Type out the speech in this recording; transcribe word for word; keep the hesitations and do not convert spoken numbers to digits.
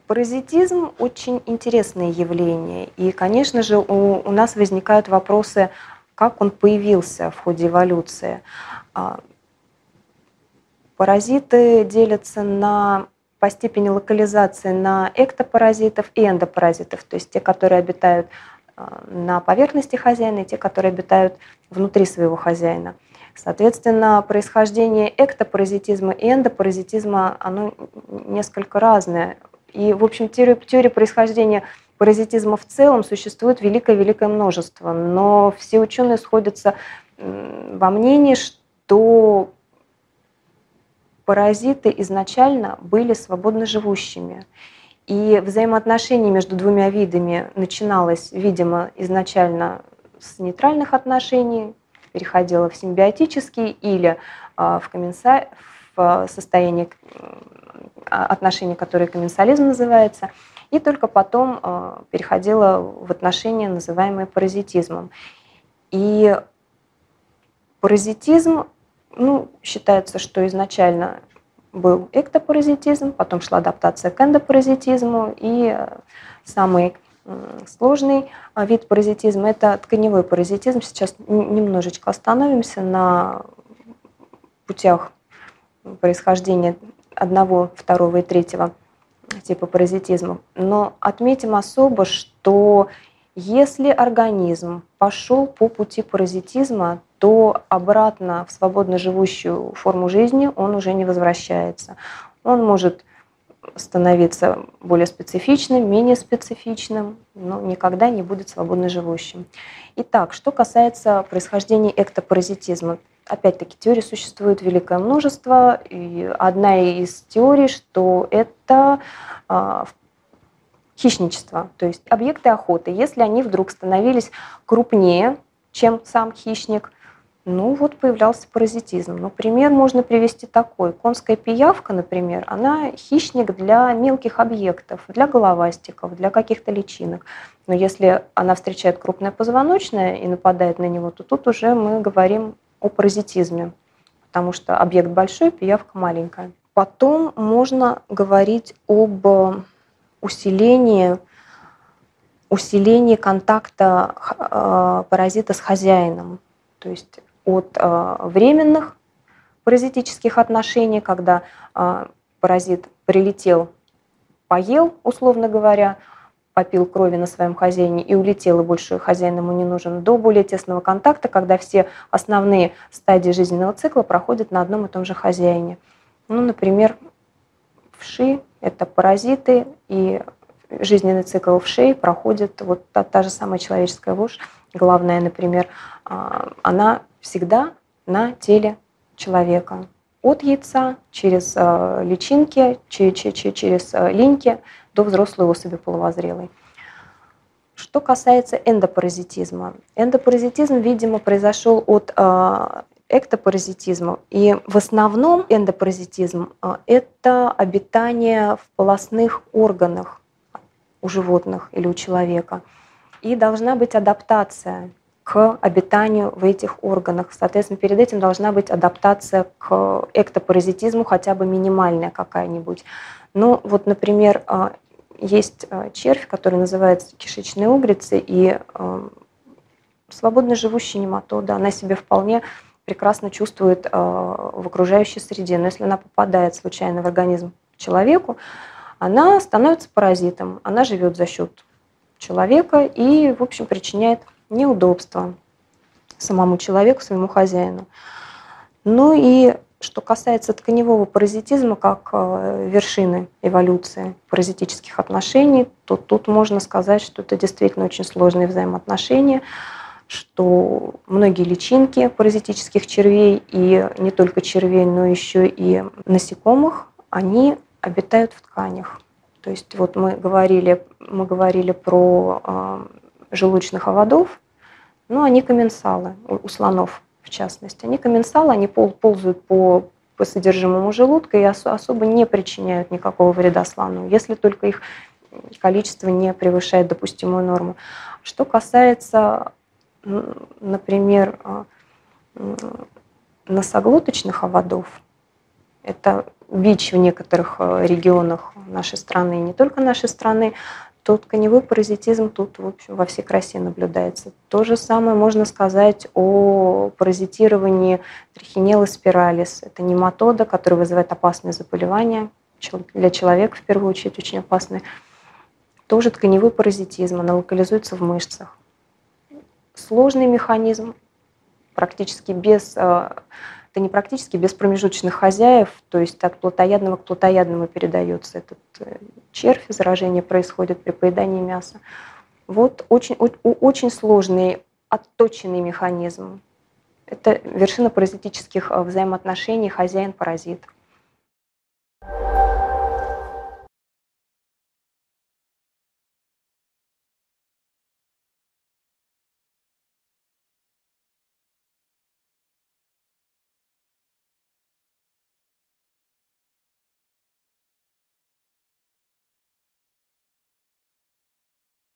Паразитизм — очень интересное явление. И, конечно же, у, у нас возникают вопросы, как он появился в ходе эволюции. А, Паразиты делятся на, по степени локализации на эктопаразитов и эндопаразитов, то есть те, которые обитают а, на поверхности хозяина, и те, которые обитают внутри своего хозяина. Соответственно, происхождение эктопаразитизма и эндопаразитизма, оно несколько разное. И, в общем, теория, теория происхождения паразитизма в целом существует великое-великое множество, но все ученые сходятся во мнении, что паразиты изначально были свободно живущими. И взаимоотношения между двумя видами начиналось, видимо, изначально с нейтральных отношений, переходило в симбиотические или в, комменса... в состояние отношений, которое комменсализм называется, и только потом переходило в отношения, называемые паразитизмом. И паразитизм, ну, считается, что изначально был эктопаразитизм, потом шла адаптация к эндопаразитизму, и самый сложный вид паразитизма — это тканевой паразитизм. Сейчас немножечко остановимся на путях происхождения одного, второго и третьего типа паразитизма. Но отметим особо, что если организм пошел по пути паразитизма, то обратно в свободно живущую форму жизни он уже не возвращается. Он может становиться более специфичным, менее специфичным, но никогда не будет свободно живущим. Итак, что касается происхождения эктопаразитизма. Опять-таки, теорий существует великое множество, и одна из теорий, что это а, хищничество, то есть объекты охоты. Если они вдруг становились крупнее, чем сам хищник, ну вот появлялся паразитизм. Ну, пример можно привести такой. Конская пиявка, например, она хищник для мелких объектов, для головастиков, для каких-то личинок. Но если она встречает крупное позвоночное и нападает на него, то тут уже мы говорим о паразитизме, потому что объект большой, пиявка маленькая. Потом можно говорить об усилении, усилении контакта паразита с хозяином. То есть от временных паразитических отношений, когда паразит прилетел, поел, условно говоря, попил крови на своем хозяине и улетел, и больше хозяин ему не нужен, до более тесного контакта, когда все основные стадии жизненного цикла проходят на одном и том же хозяине. Ну, например, вши — это паразиты, и жизненный цикл вшей проходит вот та, та же самая человеческая вошь, главная, например, она всегда на теле человека. От яйца, через личинки, через линьки до взрослой особи половозрелой. Что касается эндопаразитизма. Эндопаразитизм, видимо, произошел от эктопаразитизма. И в основном эндопаразитизм — это обитание в полостных органах у животных или у человека. И должна быть адаптация к обитанию в этих органах. Соответственно, перед этим должна быть адаптация к эктопаразитизму, хотя бы минимальная какая-нибудь. Ну, вот, например, есть червь, который называется кишечной угрицей, и свободно живущая нематода. Она себя вполне прекрасно чувствует в окружающей среде. Но если она попадает случайно в организм человеку, она становится паразитом. Она живет за счет человека и, в общем, причиняет неудобства самому человеку, своему хозяину. Ну и что касается тканевого паразитизма как вершины эволюции паразитических отношений, то тут можно сказать, что это действительно очень сложные взаимоотношения, что многие личинки паразитических червей, и не только червей, но еще и насекомых, они обитают в тканях. То есть вот мы говорили, мы говорили про э, желудочных оводов, но они комменсалы, у, у слонов в частности. Они комменсалы, они пол, ползают по, по содержимому желудка и ос, особо не причиняют никакого вреда слону, если только их количество не превышает допустимую норму. Что касается, например, носоглоточных оводов, Это бич в некоторых регионах нашей страны, и не только нашей страны. То тканевой паразитизм тут, в общем, во всей красе наблюдается. То же самое можно сказать о паразитировании трихинелла спиралис. Это нематода, которая вызывает опасные заболевания, для человека в первую очередь очень опасные. Тоже тканевой паразитизм, она локализуется в мышцах. Сложный механизм, практически без, это не практически без промежуточных хозяев, то есть от плотоядного к плотоядному передается этот червь, заражение происходит при поедании мяса. Вот очень, очень сложный, отточенный механизм. Это вершина паразитических взаимоотношений хозяин-паразит.